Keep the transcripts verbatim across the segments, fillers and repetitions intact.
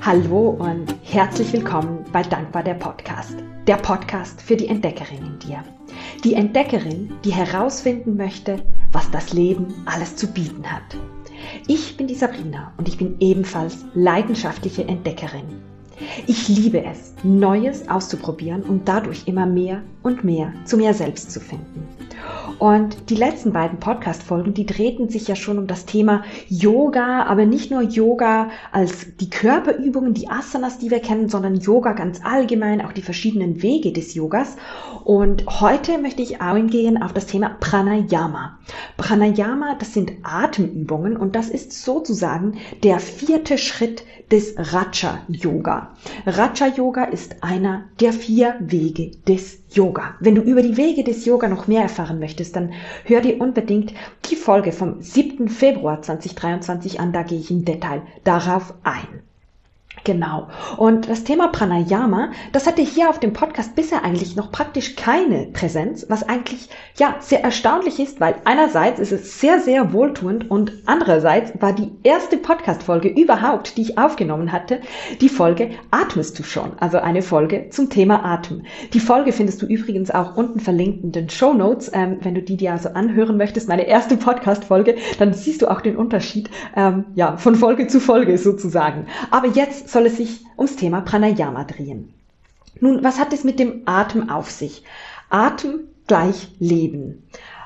Hallo und herzlich willkommen bei Dankbar der Podcast. Der Podcast für die Entdeckerin in dir. Die Entdeckerin, die herausfinden möchte, was das Leben alles zu bieten hat. Ich bin die Sabrina und ich bin ebenfalls leidenschaftliche Entdeckerin. Ich liebe es, Neues auszuprobieren und dadurch immer mehr und mehr zu mir selbst zu finden. Und die letzten beiden Podcast-Folgen, die drehten sich ja schon um das Thema Yoga, aber nicht nur Yoga als die Körperübungen, die Asanas, die wir kennen, sondern Yoga ganz allgemein, auch die verschiedenen Wege des Yogas. Und heute möchte ich eingehen auf das Thema Pranayama. Pranayama, das sind Atemübungen und das ist sozusagen der vierte Schritt des Raja-Yoga. Raja-Yoga ist einer der vier Wege des Yoga. Wenn du über die Wege des Yoga noch mehr erfahren möchtest, dann hör dir unbedingt die Folge vom siebten Februar zweitausenddreiundzwanzig an, da gehe ich im Detail darauf ein. Genau. Und das Thema Pranayama, das hatte hier auf dem Podcast bisher eigentlich noch praktisch keine Präsenz, was eigentlich ja sehr erstaunlich ist, weil einerseits ist es sehr, sehr wohltuend und andererseits war die erste Podcast-Folge überhaupt, die ich aufgenommen hatte, die Folge Atmest du schon? Also eine Folge zum Thema Atem. Die Folge findest du übrigens auch unten verlinkt in den Shownotes. Ähm, wenn du die dir also anhören möchtest, meine erste Podcast-Folge, dann siehst du auch den Unterschied ähm, ja von Folge zu Folge sozusagen. Aber jetzt soll es sich ums Thema Pranayama drehen. Nun, was hat es mit dem Atem auf sich? Atem gleich Leben.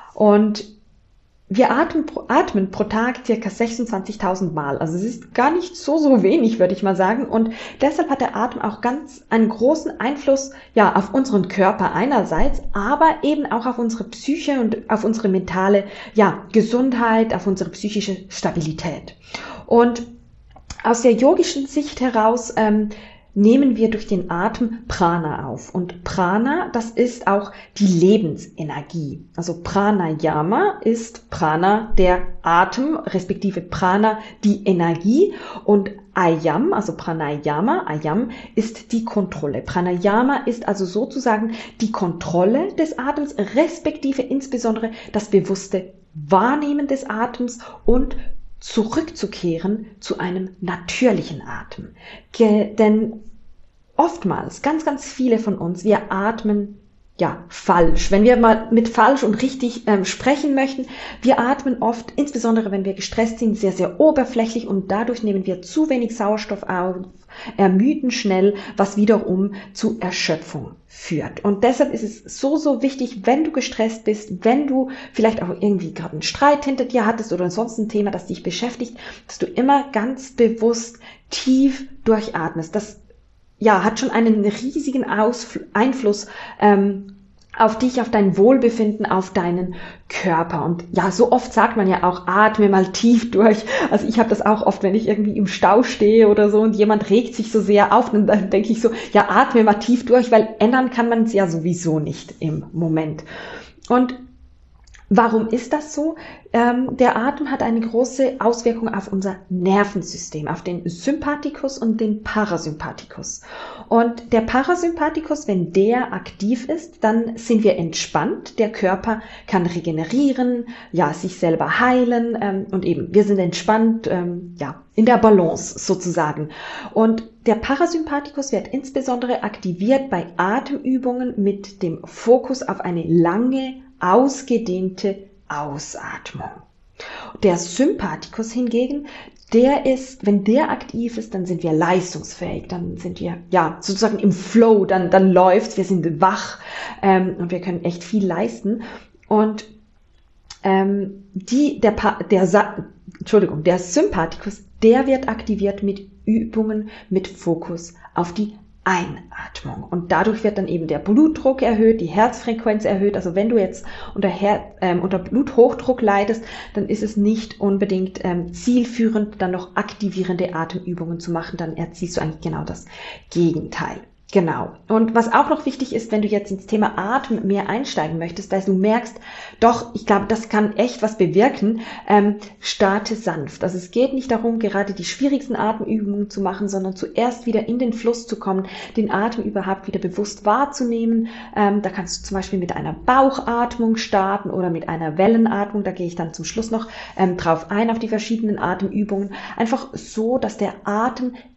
Und wir atmen, atmen pro Tag ca. sechsundzwanzigtausend Mal. Also es ist gar nicht so, so wenig, würde ich mal sagen. Und deshalb hat der Atem auch ganz einen großen Einfluss ja, auf unseren Körper einerseits, aber eben auch auf unsere Psyche und auf unsere mentale ja, Gesundheit, auf unsere psychische Stabilität. Und aus der yogischen Sicht heraus ähm, nehmen wir durch den Atem Prana auf. Und Prana, das ist auch die Lebensenergie. Also Pranayama ist Prana der Atem, respektive Prana die Energie. Und Ayam, also Pranayama, Ayam ist die Kontrolle. Pranayama ist also sozusagen die Kontrolle des Atems, respektive insbesondere das bewusste Wahrnehmen des Atems und zurückzukehren zu einem natürlichen Atem. Ge- denn oftmals, ganz, ganz viele von uns, wir atmen ja falsch. Wenn wir mal mit falsch und richtig ähm, sprechen möchten, wir atmen oft, insbesondere wenn wir gestresst sind, sehr, sehr oberflächlich und dadurch nehmen wir zu wenig Sauerstoff auf, ermüden schnell, was wiederum zu Erschöpfung führt. Und deshalb ist es so, so wichtig, wenn du gestresst bist, wenn du vielleicht auch irgendwie gerade einen Streit hinter dir hattest oder sonst ein Thema, das dich beschäftigt, dass du immer ganz bewusst tief durchatmest. Das ja, hat schon einen riesigen Ausfl- Einfluss ähm, auf dich, auf dein Wohlbefinden, auf deinen Körper. Und ja, so oft sagt man ja auch, atme mal tief durch. Also ich habe das auch oft, wenn ich irgendwie im Stau stehe oder so und jemand regt sich so sehr auf, dann, dann denke ich so, ja, atme mal tief durch, weil ändern kann man es ja sowieso nicht im Moment. Und warum ist das so? Ähm, der Atem hat eine große Auswirkung auf unser Nervensystem, auf den Sympathikus und den Parasympathikus. Und der Parasympathikus, wenn der aktiv ist, dann sind wir entspannt. Der Körper kann regenerieren, ja, sich selber heilen ähm, und eben, wir sind entspannt, ähm, ja, in der Balance sozusagen. Und der Parasympathikus wird insbesondere aktiviert bei Atemübungen mit dem Fokus auf eine lange, ausgedehnte Ausatmung. Der Sympathikus hingegen, der ist, wenn der aktiv ist, dann sind wir leistungsfähig, dann sind wir ja sozusagen im Flow, dann dann läuft's, wir sind wach ähm, und wir können echt viel leisten. Und ähm, die der der Entschuldigung, der Sympathikus, der wird aktiviert mit Übungen mit Fokus auf die Einatmung. Und dadurch wird dann eben der Blutdruck erhöht, die Herzfrequenz erhöht. Also wenn du jetzt unter, Her- ähm, unter Bluthochdruck leidest, dann ist es nicht unbedingt ähm, zielführend, dann noch aktivierende Atemübungen zu machen. Dann erzielst du eigentlich genau das Gegenteil. Genau. Und was auch noch wichtig ist, wenn du jetzt ins Thema Atmen mehr einsteigen möchtest, weil du merkst, doch, ich glaube, das kann echt was bewirken, ähm, starte sanft. Also es geht nicht darum, gerade die schwierigsten Atemübungen zu machen, sondern zuerst wieder in den Fluss zu kommen, den Atem überhaupt wieder bewusst wahrzunehmen. Ähm, da kannst du zum Beispiel mit einer Bauchatmung starten oder mit einer Wellenatmung. Da gehe ich dann zum Schluss noch ähm, drauf ein, auf die verschiedenen Atemübungen. Einfach so, dass der Atem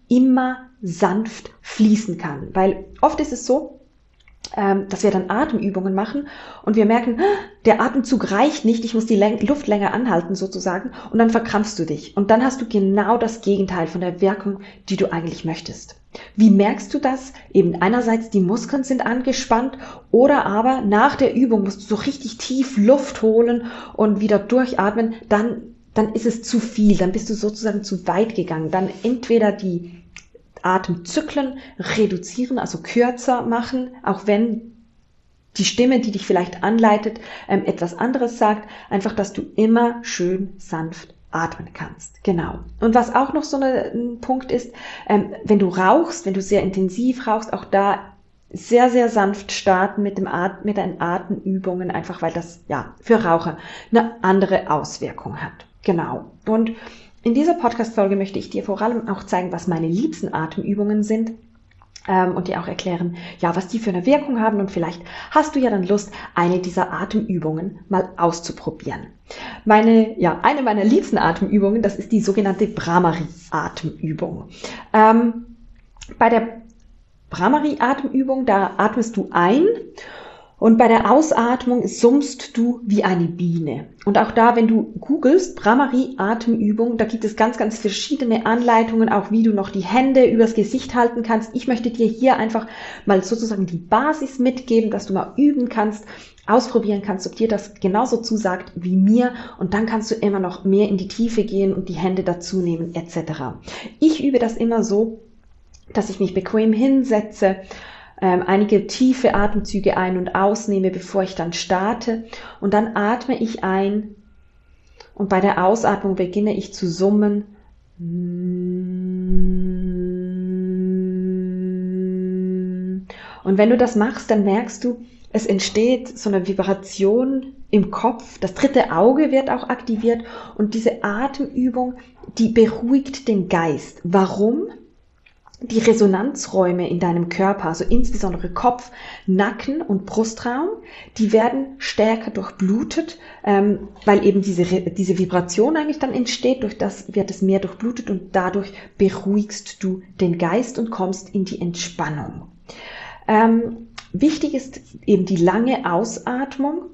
immer sanft fließen kann. Weil oft ist es so, dass wir dann Atemübungen machen und wir merken, der Atemzug reicht nicht, ich muss die Luft länger anhalten sozusagen, und dann verkrampfst du dich. Und dann hast du genau das Gegenteil von der Wirkung, die du eigentlich möchtest. Wie merkst du das? Eben einerseits die Muskeln sind angespannt oder aber nach der Übung musst du so richtig tief Luft holen und wieder durchatmen, dann, dann ist es zu viel, dann bist du sozusagen zu weit gegangen. Dann entweder die Atemzyklen reduzieren, also kürzer machen, auch wenn die Stimme, die dich vielleicht anleitet, ähm, etwas anderes sagt, einfach, dass du immer schön sanft atmen kannst. Genau. Und was auch noch so eine, ein Punkt ist, ähm, wenn du rauchst, wenn du sehr intensiv rauchst, auch da sehr, sehr sanft starten mit dem At- mit deinen Atemübungen, einfach weil das ja für Raucher eine andere Auswirkung hat. Genau. Und in dieser Podcast-Folge möchte ich dir vor allem auch zeigen, was meine liebsten Atemübungen sind ähm, und dir auch erklären, ja, was die für eine Wirkung haben, und vielleicht hast du ja dann Lust, eine dieser Atemübungen mal auszuprobieren. Meine, ja, eine meiner liebsten Atemübungen, das ist die sogenannte Bhramari-Atemübung. Ähm, bei der Bhramari-Atemübung, da atmest du ein. Und bei der Ausatmung summst du wie eine Biene. Und auch da, wenn du googelst, Bhramari-Atemübung, da gibt es ganz, ganz verschiedene Anleitungen, auch wie du noch die Hände übers Gesicht halten kannst. Ich möchte dir hier einfach mal sozusagen die Basis mitgeben, dass du mal üben kannst, ausprobieren kannst, ob dir das genauso zusagt wie mir. Und dann kannst du immer noch mehr in die Tiefe gehen und die Hände dazu nehmen, et cetera. Ich übe das immer so, dass ich mich bequem hinsetze, Ähm, einige tiefe Atemzüge ein- und ausnehme, bevor ich dann starte. Und dann atme ich ein und bei der Ausatmung beginne ich zu summen. Und wenn du das machst, dann merkst du, es entsteht so eine Vibration im Kopf. Das dritte Auge wird auch aktiviert und diese Atemübung, die beruhigt den Geist. Warum? Die Resonanzräume in deinem Körper, also insbesondere Kopf, Nacken und Brustraum, die werden stärker durchblutet, ähm, weil eben diese, diese Vibration eigentlich dann entsteht, durch das wird es mehr durchblutet und dadurch beruhigst du den Geist und kommst in die Entspannung. Ähm, wichtig ist eben die lange Ausatmung.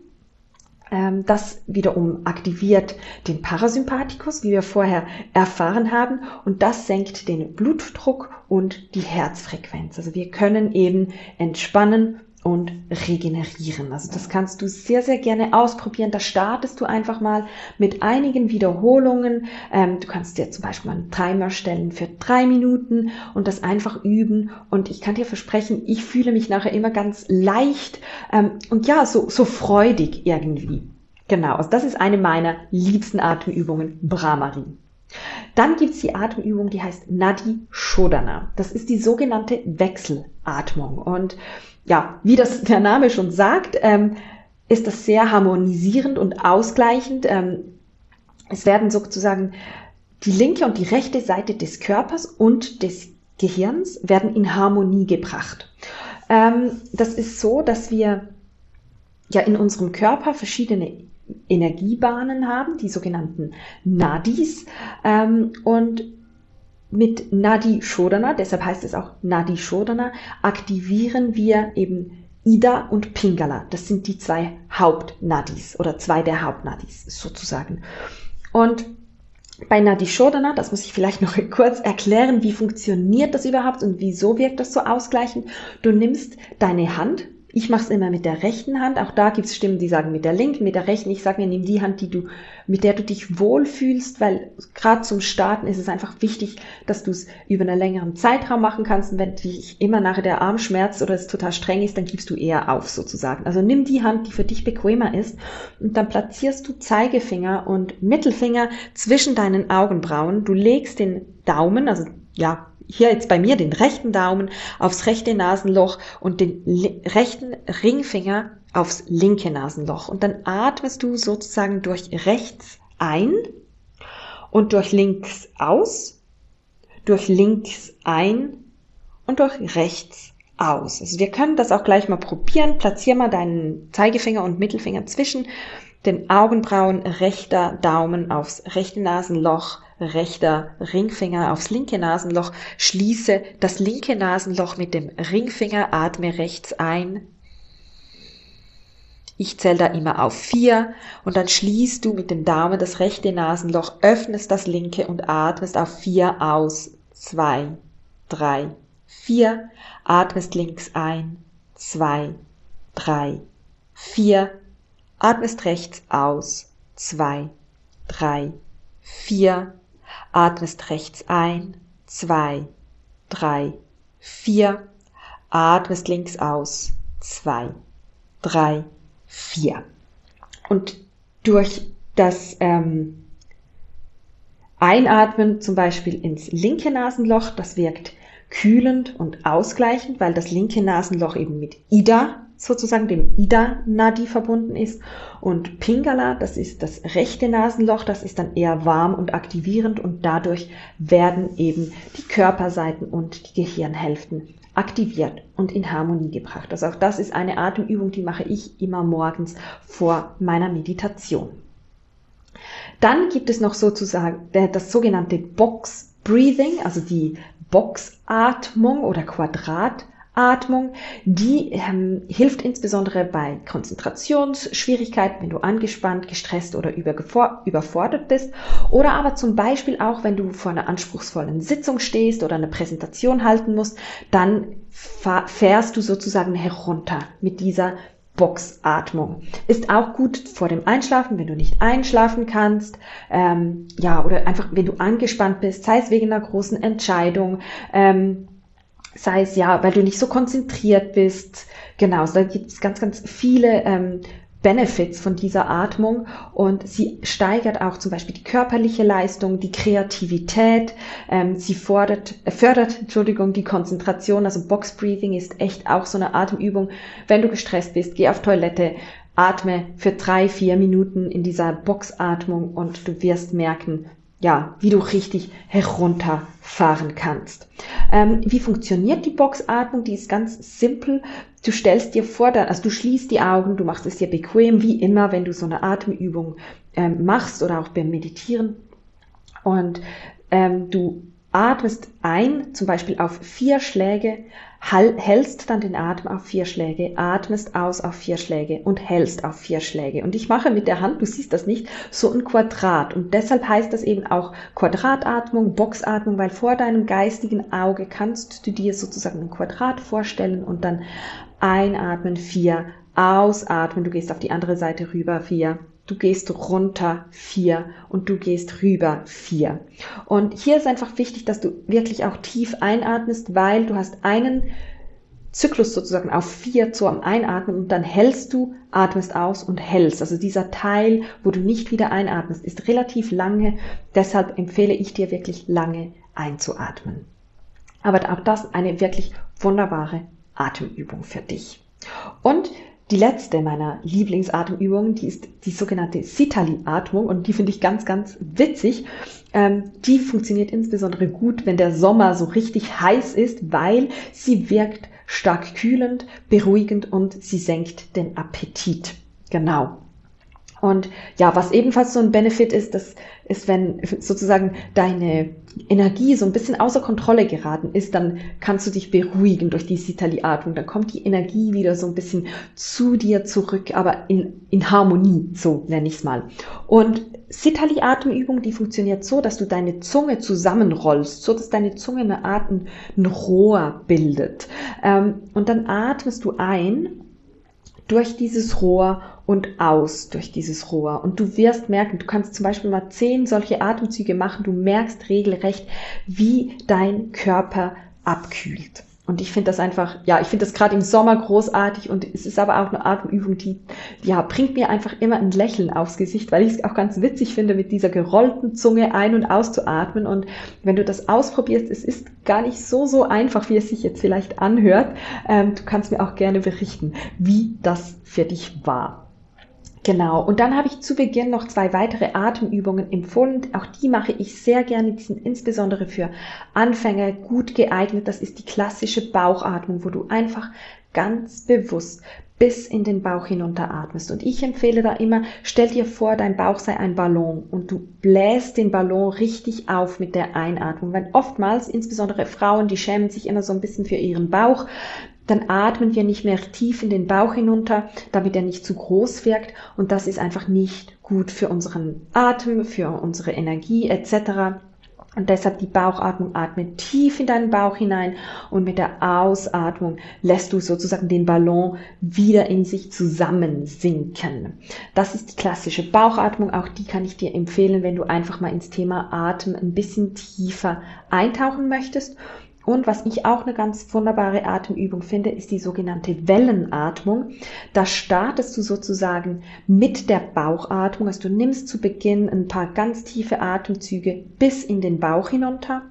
Das wiederum aktiviert den Parasympathikus, wie wir vorher erfahren haben, und das senkt den Blutdruck und die Herzfrequenz. Also wir können eben entspannen und regenerieren. Also das kannst du sehr, sehr gerne ausprobieren. Da startest du einfach mal mit einigen Wiederholungen. Ähm, du kannst dir zum Beispiel mal einen Timer stellen für drei Minuten und das einfach üben. Und ich kann dir versprechen, ich fühle mich nachher immer ganz leicht ähm, und ja, so, so freudig irgendwie. Genau, also das ist eine meiner liebsten Atemübungen, Bhramari. Dann gibt's die Atemübung, die heißt Nadi Shodhana. Das ist die sogenannte Wechselatmung. Und ja, wie das der Name schon sagt, ähm, ist das sehr harmonisierend und ausgleichend. Ähm, es werden sozusagen die linke und die rechte Seite des Körpers und des Gehirns werden in Harmonie gebracht. Ähm, das ist so, dass wir ja in unserem Körper verschiedene Energiebahnen haben, die sogenannten Nadis, ähm, und mit Nadi Shodhana, deshalb heißt es auch Nadi Shodhana, aktivieren wir eben Ida und Pingala. Das sind die zwei Hauptnadis oder zwei der Hauptnadis sozusagen. Und bei Nadi Shodhana, das muss ich vielleicht noch kurz erklären, wie funktioniert das überhaupt und wieso wirkt das so ausgleichend. Du nimmst deine Hand. Ich mache es immer mit der rechten Hand. Auch da gibt es Stimmen, die sagen mit der linken, mit der rechten. Ich sage mir, nimm die Hand, die du, mit der du dich wohlfühlst, weil gerade zum Starten ist es einfach wichtig, dass du es über einen längeren Zeitraum machen kannst. Und wenn dich immer nachher der Arm schmerzt oder es total streng ist, dann gibst du eher auf sozusagen. Also nimm die Hand, die für dich bequemer ist, und dann platzierst du Zeigefinger und Mittelfinger zwischen deinen Augenbrauen. Du legst den Daumen, also ja, hier jetzt bei mir den rechten Daumen aufs rechte Nasenloch und den rechten Ringfinger aufs linke Nasenloch. Und dann atmest du sozusagen durch rechts ein und durch links aus, durch links ein und durch rechts aus. Also wir können das auch gleich mal probieren. Platzier mal deinen Zeigefinger und Mittelfinger zwischen den Augenbrauen, rechter Daumen aufs rechte Nasenloch, rechter Ringfinger aufs linke Nasenloch, schließe das linke Nasenloch mit dem Ringfinger, atme rechts ein. Ich zähle da immer auf vier und dann schließt du mit dem Daumen das rechte Nasenloch, öffnest das linke und atmest auf vier aus. Zwei, drei, vier. Atmest links ein. Zwei, drei, vier. Atmest rechts aus. Zwei, drei, vier. Atmest rechts ein. Zwei, drei, vier. Atmest links aus. Zwei, drei, vier. Und durch das ähm, Einatmen zum Beispiel ins linke Nasenloch, das wirkt kühlend und ausgleichend, weil das linke Nasenloch eben mit Ida, sozusagen dem Ida-Nadi verbunden ist. Und Pingala, das ist das rechte Nasenloch, das ist dann eher warm und aktivierend und dadurch werden eben die Körperseiten und die Gehirnhälften aktiviert und in Harmonie gebracht. Also auch das ist eine Atemübung, die mache ich immer morgens vor meiner Meditation. Dann gibt es noch sozusagen das sogenannte Box Breathing, also die Boxatmung oder Quadratatmung. Die ähm, hilft insbesondere bei Konzentrationsschwierigkeiten, wenn du angespannt, gestresst oder überfordert bist. Oder aber zum Beispiel auch, wenn du vor einer anspruchsvollen Sitzung stehst oder eine Präsentation halten musst, dann fährst du sozusagen herunter mit dieser Boxatmung. Ist auch gut vor dem Einschlafen, wenn du nicht einschlafen kannst, ähm, ja, oder einfach, wenn du angespannt bist, sei es wegen einer großen Entscheidung, ähm, sei es ja, weil du nicht so konzentriert bist. Genau, so, da gibt es ganz, ganz viele ähm, Benefits von dieser Atmung und sie steigert auch zum Beispiel die körperliche Leistung, die Kreativität, ähm, sie fordert, äh, fördert Entschuldigung, die Konzentration, also Box Breathing ist echt auch so eine Atemübung. Wenn du gestresst bist, geh auf Toilette, atme für drei, vier Minuten in dieser Boxatmung und du wirst merken, ja, wie du richtig herunterfahren kannst. Ähm, wie funktioniert die Boxatmung? Die ist ganz simpel. Du stellst dir vor, also du schließt die Augen, du machst es dir bequem, wie immer, wenn du so eine Atemübung ähm, machst oder auch beim Meditieren. Und ähm, du atmest ein, zum Beispiel auf vier Schläge, hältst dann den Atem auf vier Schläge, atmest aus auf vier Schläge und hältst auf vier Schläge. Und ich mache mit der Hand, du siehst das nicht, so ein Quadrat. Und deshalb heißt das eben auch Quadratatmung, Boxatmung, weil vor deinem geistigen Auge kannst du dir sozusagen ein Quadrat vorstellen und dann einatmen, vier, ausatmen, du gehst auf die andere Seite rüber, vier. Du gehst runter, vier, und du gehst rüber, vier. Und hier ist einfach wichtig, dass du wirklich auch tief einatmest, weil du hast einen Zyklus sozusagen auf vier zum Einatmen und dann hältst du, atmest aus und hältst. Also dieser Teil, wo du nicht wieder einatmest, ist relativ lange. Deshalb empfehle ich dir wirklich lange einzuatmen. Aber auch das eine wirklich wunderbare Atemübung für dich. Und die letzte meiner Lieblingsatemübungen, die ist die sogenannte Sitali-Atmung und die finde ich ganz, ganz witzig. Ähm, die funktioniert insbesondere gut, wenn der Sommer so richtig heiß ist, weil sie wirkt stark kühlend, beruhigend und sie senkt den Appetit. Genau. Und ja, was ebenfalls so ein Benefit ist, das ist, wenn sozusagen deine Energie so ein bisschen außer Kontrolle geraten ist, dann kannst du dich beruhigen durch die Sitali-Atmung. Dann kommt die Energie wieder so ein bisschen zu dir zurück, aber in, in Harmonie, so nenne ich es mal. Und Sitali-Atemübung, die funktioniert so, dass du deine Zunge zusammenrollst, so dass deine Zunge eine Art ein, ein Rohr bildet. Ähm, und dann atmest du ein durch dieses Rohr und aus durch dieses Rohr. Und du wirst merken, du kannst zum Beispiel mal zehn solche Atemzüge machen, du merkst regelrecht, wie dein Körper abkühlt. Und ich finde das einfach, ja, ich finde das gerade im Sommer großartig und es ist aber auch eine Atemübung, die, ja, bringt mir einfach immer ein Lächeln aufs Gesicht, weil ich es auch ganz witzig finde, mit dieser gerollten Zunge ein- und auszuatmen. Und wenn du das ausprobierst, es ist gar nicht so, so einfach, wie es sich jetzt vielleicht anhört. Ähm, du kannst mir auch gerne berichten, wie das für dich war. Genau, und dann habe ich zu Beginn noch zwei weitere Atemübungen empfohlen. Auch die mache ich sehr gerne, die sind insbesondere für Anfänger gut geeignet. Das ist die klassische Bauchatmung, wo du einfach ganz bewusst bis in den Bauch hinunter atmest. Und ich empfehle da immer, stell dir vor, dein Bauch sei ein Ballon und du bläst den Ballon richtig auf mit der Einatmung. Weil oftmals, insbesondere Frauen, die schämen sich immer so ein bisschen für ihren Bauch, dann atmen wir nicht mehr tief in den Bauch hinunter, damit er nicht zu groß wirkt. Und das ist einfach nicht gut für unseren Atem, für unsere Energie et cetera. Und deshalb die Bauchatmung, atme tief in deinen Bauch hinein und mit der Ausatmung lässt du sozusagen den Ballon wieder in sich zusammensinken. Das ist die klassische Bauchatmung, auch die kann ich dir empfehlen, wenn du einfach mal ins Thema Atem ein bisschen tiefer eintauchen möchtest. Und was ich auch eine ganz wunderbare Atemübung finde, ist die sogenannte Wellenatmung. Da startest du sozusagen mit der Bauchatmung. Also du nimmst zu Beginn ein paar ganz tiefe Atemzüge bis in den Bauch hinunter.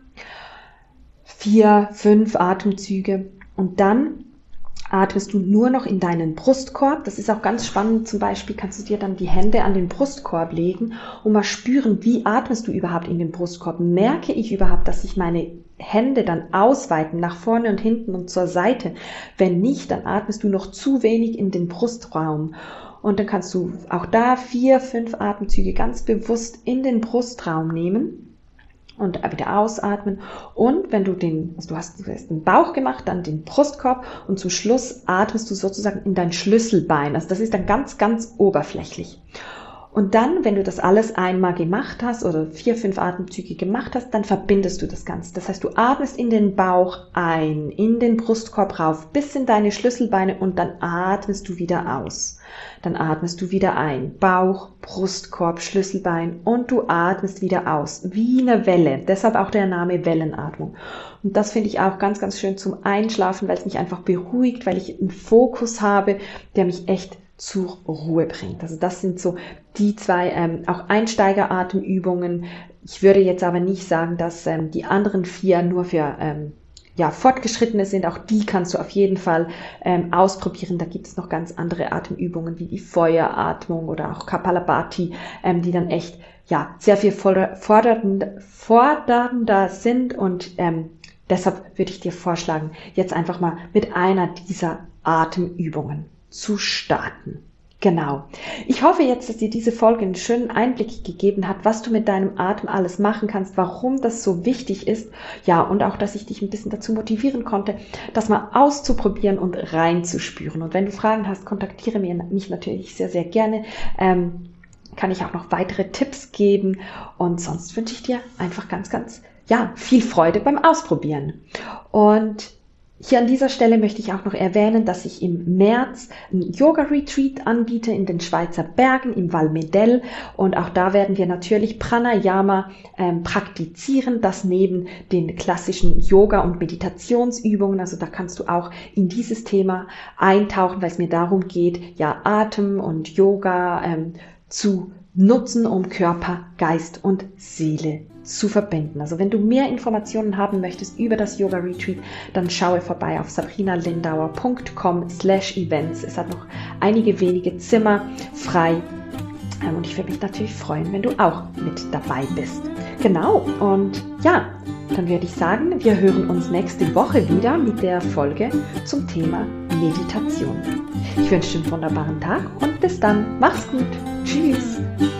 Vier, fünf Atemzüge. Und dann atmest du nur noch in deinen Brustkorb. Das ist auch ganz spannend. Zum Beispiel kannst du dir dann die Hände an den Brustkorb legen und mal spüren, wie atmest du überhaupt in den Brustkorb? Merke ich überhaupt, dass ich meine Hände dann ausweiten, nach vorne und hinten und zur Seite? Wenn nicht, dann atmest du noch zu wenig in den Brustraum. Und dann kannst du auch da vier, fünf Atemzüge ganz bewusst in den Brustraum nehmen. Und wieder ausatmen. Und wenn du den, also du hast, du hast den Bauch gemacht, dann den Brustkorb und zum Schluss atmest du sozusagen in dein Schlüsselbein. Also das ist dann ganz, ganz oberflächlich. Und dann, wenn du das alles einmal gemacht hast oder vier, fünf Atemzüge gemacht hast, dann verbindest du das Ganze. Das heißt, du atmest in den Bauch ein, in den Brustkorb rauf, bis in deine Schlüsselbeine und dann atmest du wieder aus. Dann atmest du wieder ein, Bauch, Brustkorb, Schlüsselbein und du atmest wieder aus, wie eine Welle. Deshalb auch der Name Wellenatmung. Und das finde ich auch ganz, ganz schön zum Einschlafen, weil es mich einfach beruhigt, weil ich einen Fokus habe, der mich echt zur Ruhe bringt. Also das sind so die zwei ähm, auch Einsteigeratemübungen. Ich würde jetzt aber nicht sagen, dass ähm, die anderen vier nur für ähm, ja, Fortgeschrittene sind. Auch die kannst du auf jeden Fall ähm, ausprobieren. Da gibt es noch ganz andere Atemübungen wie die Feueratmung oder auch Kapalabhati, ähm, die dann echt ja sehr viel fordernder, fordernder sind und ähm, deshalb würde ich dir vorschlagen, jetzt einfach mal mit einer dieser Atemübungen zu starten. Genau. Ich hoffe jetzt, dass dir diese Folge einen schönen Einblick gegeben hat, was du mit deinem Atem alles machen kannst, warum das so wichtig ist. Ja, und auch, dass ich dich ein bisschen dazu motivieren konnte, das mal auszuprobieren und reinzuspüren. Und wenn du Fragen hast, kontaktiere mich natürlich sehr, sehr gerne. Ähm, kann ich auch noch weitere Tipps geben. Und sonst wünsche ich dir einfach ganz, ganz, ja, viel Freude beim Ausprobieren. Und hier an dieser Stelle möchte ich auch noch erwähnen, dass ich im März ein Yoga-Retreat anbiete in den Schweizer Bergen im Val Medel und auch da werden wir natürlich Pranayama ähm, praktizieren, das neben den klassischen Yoga- und Meditationsübungen, also da kannst du auch in dieses Thema eintauchen, weil es mir darum geht, ja Atem und Yoga ähm, zu nutzen, um Körper, Geist und Seele zu verbinden. Also wenn du mehr Informationen haben möchtest über das Yoga Retreat, dann schaue vorbei auf sabrinalindauer punkt com slash events. Es hat noch einige wenige Zimmer frei und ich würde mich natürlich freuen, wenn du auch mit dabei bist. Genau, und ja, dann würde ich sagen, wir hören uns nächste Woche wieder mit der Folge zum Thema Meditation. Ich wünsche dir einen wunderbaren Tag und bis dann. Mach's gut. Tschüss.